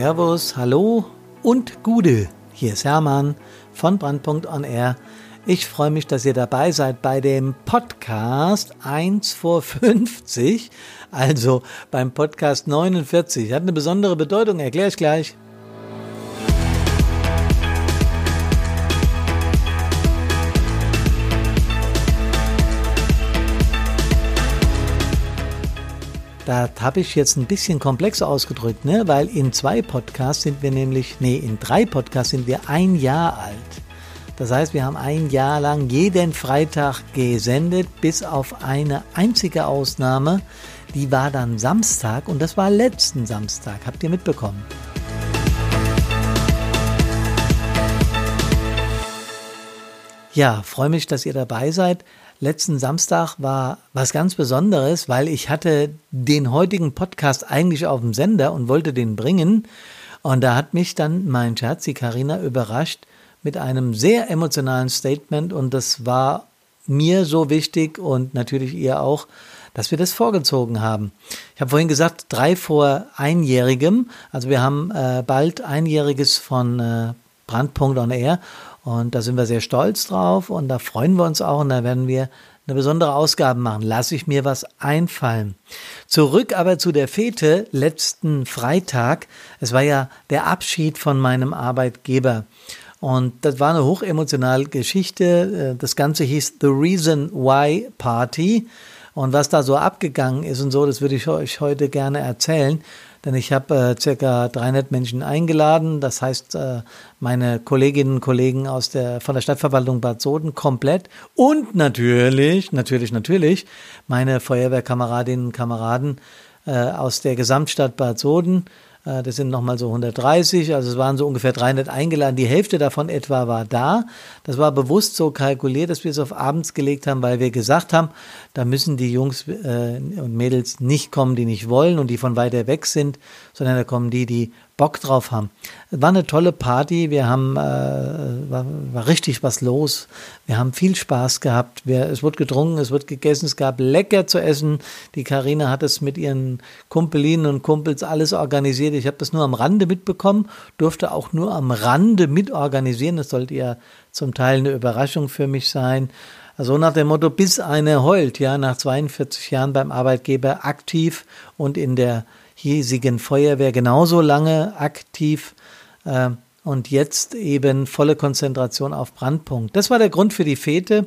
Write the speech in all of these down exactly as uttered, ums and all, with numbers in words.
Servus, hallo und Gude. Hier ist Hermann von Brandpunkt on Air. Ich freue mich, dass ihr dabei seid bei dem Podcast eins vor fünfzig, also beim Podcast neunundvierzig. Hat eine besondere Bedeutung, erkläre ich gleich. Das habe ich jetzt ein bisschen komplex ausgedrückt, ne? Weil in zwei Podcasts sind wir nämlich, nee, in drei Podcasts sind wir ein Jahr alt. Das heißt, wir haben ein Jahr lang jeden Freitag gesendet, bis auf eine einzige Ausnahme. Die war dann Samstag und das war letzten Samstag. Habt ihr mitbekommen? Ja, freue mich, dass ihr dabei seid. Letzten Samstag war was ganz Besonderes, weil ich hatte den heutigen Podcast eigentlich auf dem Sender und wollte den bringen. Und da hat mich dann mein Schatz, die Carina, überrascht mit einem sehr emotionalen Statement. Und das war mir so wichtig und natürlich ihr auch, dass wir das vorgezogen haben. Ich habe vorhin gesagt, drei vor Einjährigem. Also wir haben äh, bald Einjähriges von äh, Brandpunkt on Air. Und da sind wir sehr stolz drauf und da freuen wir uns auch und da werden wir eine besondere Ausgabe machen. Lasse ich mir was einfallen. Zurück aber zu der Fete letzten Freitag. Es war ja der Abschied von meinem Arbeitgeber. Und das war eine hochemotionale Geschichte. Das Ganze hieß The Reason Why Party. Und was da so abgegangen ist und so, das würde ich euch heute gerne erzählen. Denn ich habe äh, circa dreihundert Menschen eingeladen. Das heißt, äh, meine Kolleginnen und Kollegen aus der, von der Stadtverwaltung Bad Soden komplett. Und natürlich, natürlich, natürlich, meine Feuerwehrkameradinnen und Kameraden äh, aus der Gesamtstadt Bad Soden. Äh, das sind nochmal so hundertdreißig, also es waren so ungefähr dreihundert eingeladen. Die Hälfte davon etwa war da. Das war bewusst so kalkuliert, dass wir es auf abends gelegt haben, weil wir gesagt haben, da müssen die Jungs äh, und Mädels nicht kommen, die nicht wollen und die von weiter weg sind, sondern da kommen die, die Bock drauf haben. Es war eine tolle Party, wir haben, äh, war, war richtig was los, wir haben viel Spaß gehabt, wir, es wurde getrunken, es wurde gegessen, es gab lecker zu essen. Die Carina hat es mit ihren Kumpelinnen und Kumpels alles organisiert, ich habe das nur am Rande mitbekommen, durfte auch nur am Rande mitorganisieren, das sollte ja zum Teil eine Überraschung für mich sein. Also nach dem Motto, bis einer heult, ja, nach zweiundvierzig Jahren beim Arbeitgeber aktiv und in der hiesigen Feuerwehr genauso lange aktiv äh, und jetzt eben volle Konzentration auf Brandpunkt. Das war der Grund für die Fete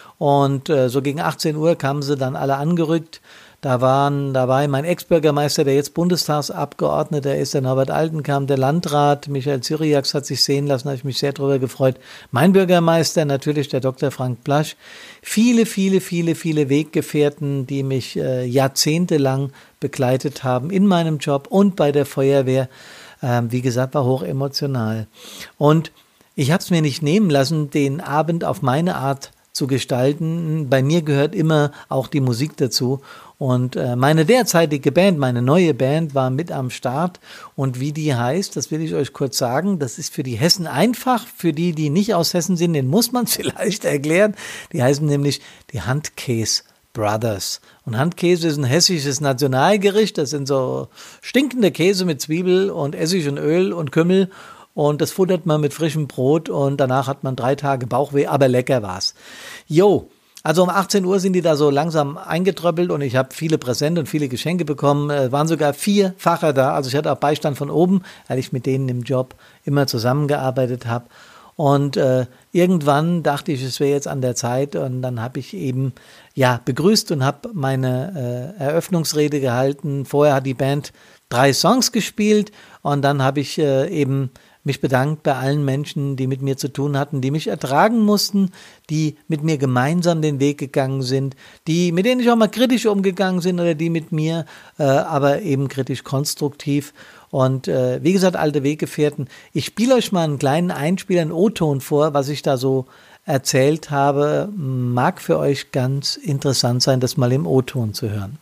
und äh, so gegen achtzehn Uhr kamen sie dann alle angerückt. Da waren dabei mein Ex-Bürgermeister, der jetzt Bundestagsabgeordneter ist, der Norbert Altenkamp, der Landrat, Michael Cyriax hat sich sehen lassen, habe ich mich sehr darüber gefreut. Mein Bürgermeister, natürlich der Doktor Frank Blasch. Viele, viele, viele, viele Weggefährten, die mich äh, jahrzehntelang begleitet haben in meinem Job und bei der Feuerwehr. Ähm, wie gesagt, war hochemotional. Und ich habe es mir nicht nehmen lassen, den Abend auf meine Art zu gestalten. Bei mir gehört immer auch die Musik dazu. Und äh, meine derzeitige Band, meine neue Band war mit am Start. Und wie die heißt, das will ich euch kurz sagen. Das ist für die Hessen einfach. Für die, die nicht aus Hessen sind, den muss man es vielleicht erklären. Die heißen nämlich die Handkäse Brothers. Und Handkäse ist ein hessisches Nationalgericht. Das sind so stinkende Käse mit Zwiebel und Essig und Öl und Kümmel. Und das futtert man mit frischem Brot und danach hat man drei Tage Bauchweh, aber lecker war's. Jo, also um achtzehn Uhr sind die da so langsam eingetröppelt und ich habe viele Präsente und viele Geschenke bekommen. Es waren sogar vier Facher da, also ich hatte auch Beistand von oben, weil ich mit denen im Job immer zusammengearbeitet habe. Und äh, irgendwann dachte ich, es wäre jetzt an der Zeit und dann habe ich eben ja begrüßt und habe meine äh, Eröffnungsrede gehalten. Vorher hat die Band drei Songs gespielt und dann habe ich äh, eben mich bedankt bei allen Menschen, die mit mir zu tun hatten, die mich ertragen mussten, die mit mir gemeinsam den Weg gegangen sind, die mit denen ich auch mal kritisch umgegangen sind oder die mit mir, äh, aber eben kritisch konstruktiv. Und äh, wie gesagt, alte Weggefährten, ich spiele euch mal einen kleinen Einspieler, einen O-Ton vor, was ich da so erzählt habe. Mag für euch ganz interessant sein, das mal im O-Ton zu hören.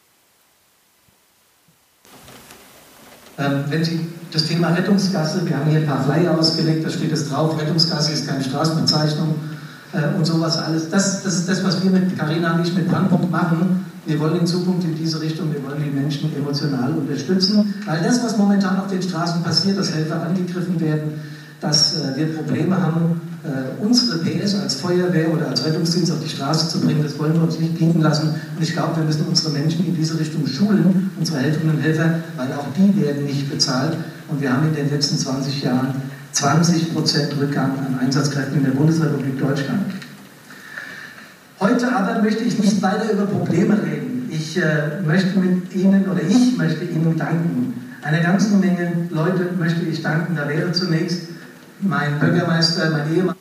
Ähm, wenn Sie das Thema Rettungsgasse, wir haben hier ein paar Flyer ausgelegt, da steht es drauf, Rettungsgasse ist keine Straßenbezeichnung äh, und sowas alles. Das, das ist das, was wir mit Carina und ich mit Brandpunkt machen. Wir wollen in Zukunft in diese Richtung, wir wollen die Menschen emotional unterstützen, weil das, was momentan auf den Straßen passiert, dass Helfer angegriffen werden, dass äh, wir Probleme haben, äh, unsere P S als Feuerwehr oder als Rettungsdienst auf die Straße zu bringen, das wollen wir uns nicht bieten lassen. Und ich glaube, wir müssen unsere Menschen in diese Richtung schulen, unsere Helferinnen und Helfer, weil auch die werden nicht bezahlt. Und wir haben in den letzten zwanzig Jahren zwanzig Prozent Rückgang an Einsatzkräften in der Bundesrepublik Deutschland. Heute aber möchte ich nicht weiter über Probleme reden. Ich äh, möchte mit Ihnen oder ich möchte Ihnen danken. Einer ganzen Menge Leute möchte ich danken. Da wäre zunächst mein Bürgermeister, mein Ehemann.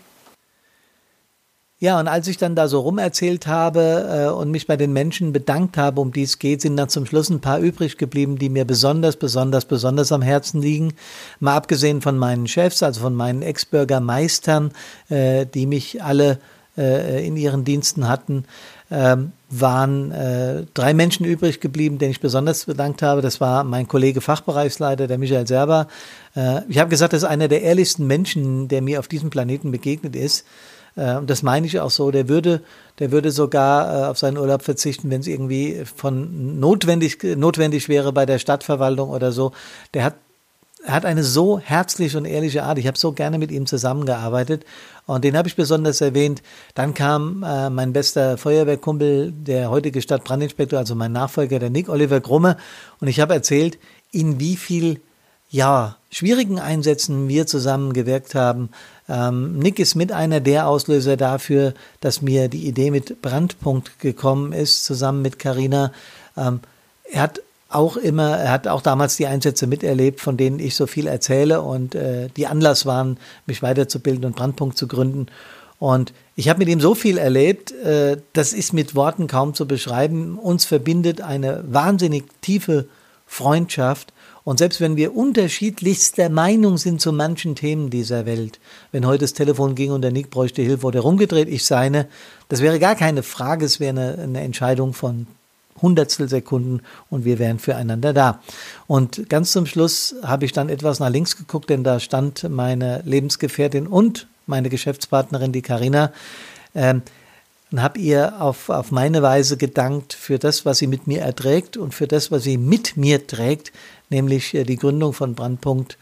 Ja, und als ich dann da so rumerzählt habe äh, und mich bei den Menschen bedankt habe, um die es geht, sind dann zum Schluss ein paar übrig geblieben, die mir besonders, besonders, besonders am Herzen liegen. Mal abgesehen von meinen Chefs, also von meinen Ex-Bürgermeistern, äh, die mich alle äh, in ihren Diensten hatten, äh, waren äh, drei Menschen übrig geblieben, denen ich besonders bedankt habe. Das war mein Kollege Fachbereichsleiter, der Michael Serber. Äh, ich habe gesagt, das ist einer der ehrlichsten Menschen, der mir auf diesem Planeten begegnet ist. Und das meine ich auch so, der würde, der würde sogar auf seinen Urlaub verzichten, wenn es irgendwie von notwendig, notwendig wäre bei der Stadtverwaltung oder so. Der hat, er hat eine so herzliche und ehrliche Art. Ich habe so gerne mit ihm zusammengearbeitet und den habe ich besonders erwähnt. Dann kam äh, mein bester Feuerwehrkumpel, der heutige Stadtbrandinspektor, also mein Nachfolger, der Nick Oliver Grumme. Und ich habe erzählt, in wie viel ja, schwierigen Einsätzen wir zusammen gewirkt haben. Ähm, Nick ist mit einer der Auslöser dafür, dass mir die Idee mit Brandpunkt gekommen ist, zusammen mit Carina. Ähm, er hat auch immer, er hat auch damals die Einsätze miterlebt, von denen ich so viel erzähle und äh, die Anlass waren, mich weiterzubilden und Brandpunkt zu gründen. Und ich habe mit ihm so viel erlebt, äh, das ist mit Worten kaum zu beschreiben. Uns verbindet eine wahnsinnig tiefe Freundschaft. Und selbst wenn wir unterschiedlichster Meinung sind zu manchen Themen dieser Welt, wenn heute das Telefon ging und der Nick bräuchte Hilfe oder rumgedreht, ich seine, das wäre gar keine Frage, es wäre eine, eine Entscheidung von Hundertstel Sekunden und wir wären füreinander da. Und ganz zum Schluss habe ich dann etwas nach links geguckt, denn da stand meine Lebensgefährtin und meine Geschäftspartnerin, die Carina, ähm, und habe ihr auf, auf meine Weise gedankt für das, was sie mit mir erträgt und für das, was sie mit mir trägt, nämlich die Gründung von Brandpunkt.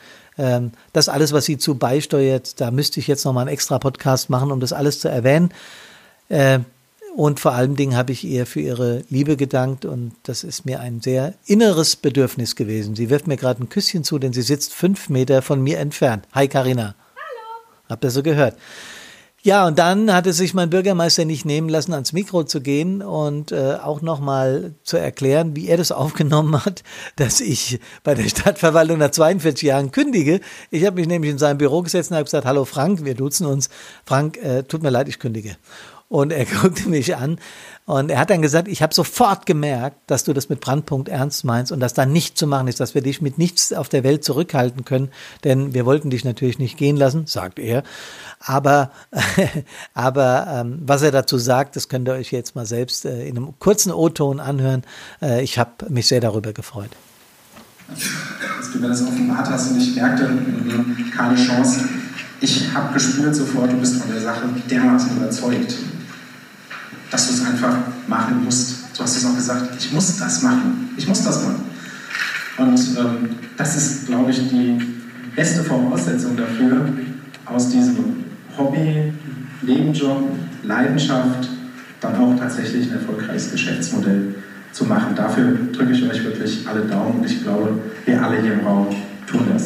Das alles, was sie zu beisteuert, da müsste ich jetzt nochmal einen extra Podcast machen, um das alles zu erwähnen. Und vor allen Dingen habe ich ihr für ihre Liebe gedankt und das ist mir ein sehr inneres Bedürfnis gewesen. Sie wirft mir gerade ein Küsschen zu, denn sie sitzt fünf Meter von mir entfernt. Hi Carina. Hallo. Habt ihr so gehört? Ja, und dann hatte sich mein Bürgermeister nicht nehmen lassen, ans Mikro zu gehen und äh, auch nochmal zu erklären, wie er das aufgenommen hat, dass ich bei der Stadtverwaltung nach zweiundvierzig Jahren kündige. Ich habe mich nämlich in sein Büro gesetzt und habe gesagt, hallo Frank, wir duzen uns. Frank, äh, tut mir leid, ich kündige. Und er guckte mich an und er hat dann gesagt, ich habe sofort gemerkt, dass du das mit Brandpunkt ernst meinst und dass da nichts zu machen ist, dass wir dich mit nichts auf der Welt zurückhalten können, denn wir wollten dich natürlich nicht gehen lassen, sagt er. Aber, aber ähm, was er dazu sagt, das könnt ihr euch jetzt mal selbst äh, in einem kurzen O-Ton anhören. Äh, ich habe mich sehr darüber gefreut. Dass du mir das offenbart hast und ich merkte, keine Chance. Ich habe gespürt sofort, du bist von der Sache dermaßen überzeugt, dass du es einfach machen musst. Du hast es auch gesagt, ich muss das machen. Ich muss das machen. Und ähm, das ist, glaube ich, die beste Voraussetzung dafür, aus diesem Hobby, Nebenjob, Leidenschaft, dann auch tatsächlich ein erfolgreiches Geschäftsmodell zu machen. Dafür drücke ich euch wirklich alle Daumen und ich glaube, wir alle hier im Raum tun das.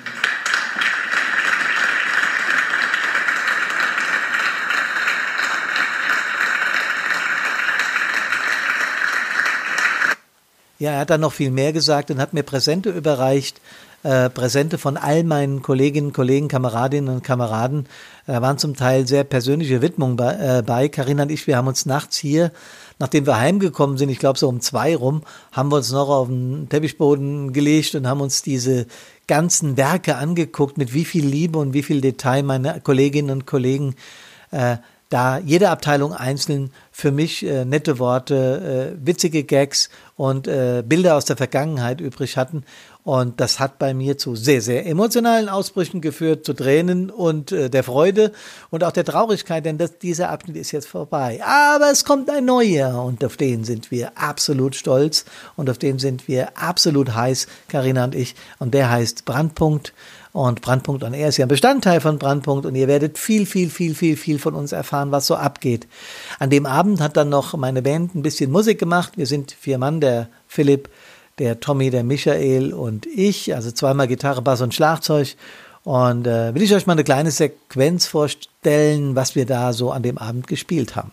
Ja, er hat dann noch viel mehr gesagt und hat mir Präsente überreicht, äh, Präsente von all meinen Kolleginnen, Kollegen, Kameradinnen und Kameraden. Da waren zum Teil sehr persönliche Widmungen bei. Äh, bei. Carina und ich, wir haben uns nachts hier, nachdem wir heimgekommen sind, ich glaube so um zwei rum, haben wir uns noch auf den Teppichboden gelegt und haben uns diese ganzen Werke angeguckt, mit wie viel Liebe und wie viel Detail meine Kolleginnen und Kollegen äh, da jede Abteilung einzeln für mich äh, nette Worte, äh, witzige Gags und äh, Bilder aus der Vergangenheit übrig hatten. Und das hat bei mir zu sehr, sehr emotionalen Ausbrüchen geführt, zu Tränen und äh, der Freude und auch der Traurigkeit, denn das, dieser Abschnitt ist jetzt vorbei. Aber es kommt ein neuer und auf den sind wir absolut stolz und auf den sind wir absolut heiß, Carina und ich. Und der heißt Brandpunkt. Und Brandpunkt on Air ist ja ein Bestandteil von Brandpunkt und ihr werdet viel, viel, viel, viel, viel von uns erfahren, was so abgeht. An dem Abend hat dann noch meine Band ein bisschen Musik gemacht. Wir sind vier Mann, der Philipp, der Tommy, der Michael und ich, also zweimal Gitarre, Bass und Schlagzeug. Und äh, will ich euch mal eine kleine Sequenz vorstellen, was wir da so an dem Abend gespielt haben.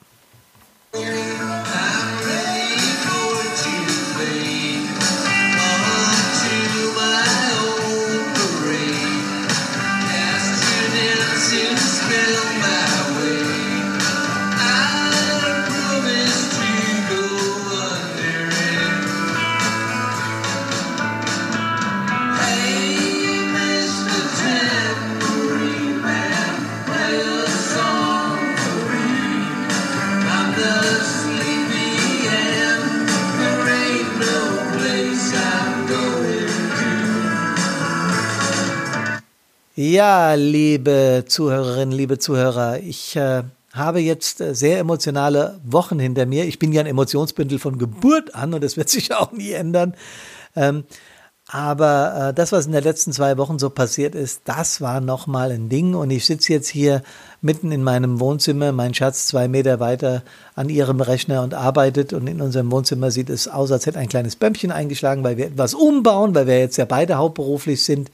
Ja, liebe Zuhörerinnen, liebe Zuhörer, ich äh, habe jetzt äh, sehr emotionale Wochen hinter mir. Ich bin ja ein Emotionsbündel von Geburt an und das wird sich auch nie ändern. Ähm, aber äh, das, was in den letzten zwei Wochen so passiert ist, das war nochmal ein Ding. Und ich sitze jetzt hier mitten in meinem Wohnzimmer, mein Schatz zwei Meter weiter an ihrem Rechner und arbeitet. Und in unserem Wohnzimmer sieht es aus, als hätte ein kleines Bömmchen eingeschlagen, weil wir etwas umbauen, weil wir jetzt ja beide hauptberuflich sind.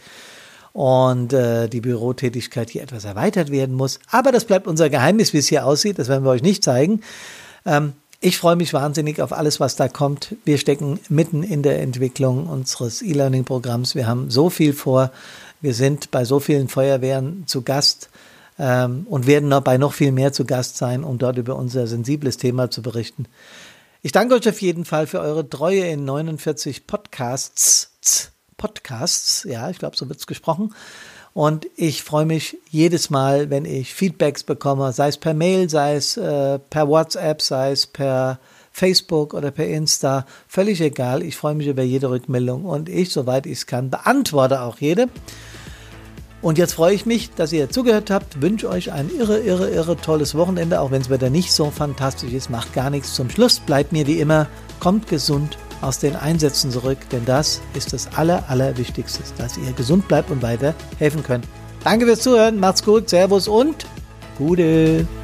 Und äh, die Bürotätigkeit hier etwas erweitert werden muss. Aber das bleibt unser Geheimnis, wie es hier aussieht. Das werden wir euch nicht zeigen. Ähm, ich freue mich wahnsinnig auf alles, was da kommt. Wir stecken mitten in der Entwicklung unseres E-Learning-Programms. Wir haben so viel vor. Wir sind bei so vielen Feuerwehren zu Gast ähm, und werden noch bei noch viel mehr zu Gast sein, um dort über unser sensibles Thema zu berichten. Ich danke euch auf jeden Fall für eure Treue in neunundvierzig Podcasts. Podcasts, ja, ich glaube, so wird es gesprochen. Und ich freue mich jedes Mal, wenn ich Feedbacks bekomme, sei es per Mail, sei es äh, per WhatsApp, sei es per Facebook oder per Insta, völlig egal. Ich freue mich über jede Rückmeldung und ich, soweit ich es kann, beantworte auch jede. Und jetzt freue ich mich, dass ihr zugehört habt, wünsche euch ein irre, irre, irre tolles Wochenende, auch wenn es Wetter nicht so fantastisch ist, macht gar nichts. Zum Schluss bleibt mir wie immer, kommt gesund aus den Einsätzen zurück, denn das ist das Aller, Allerwichtigste, dass ihr gesund bleibt und weiter helfen könnt. Danke fürs Zuhören, macht's gut, Servus und Gute.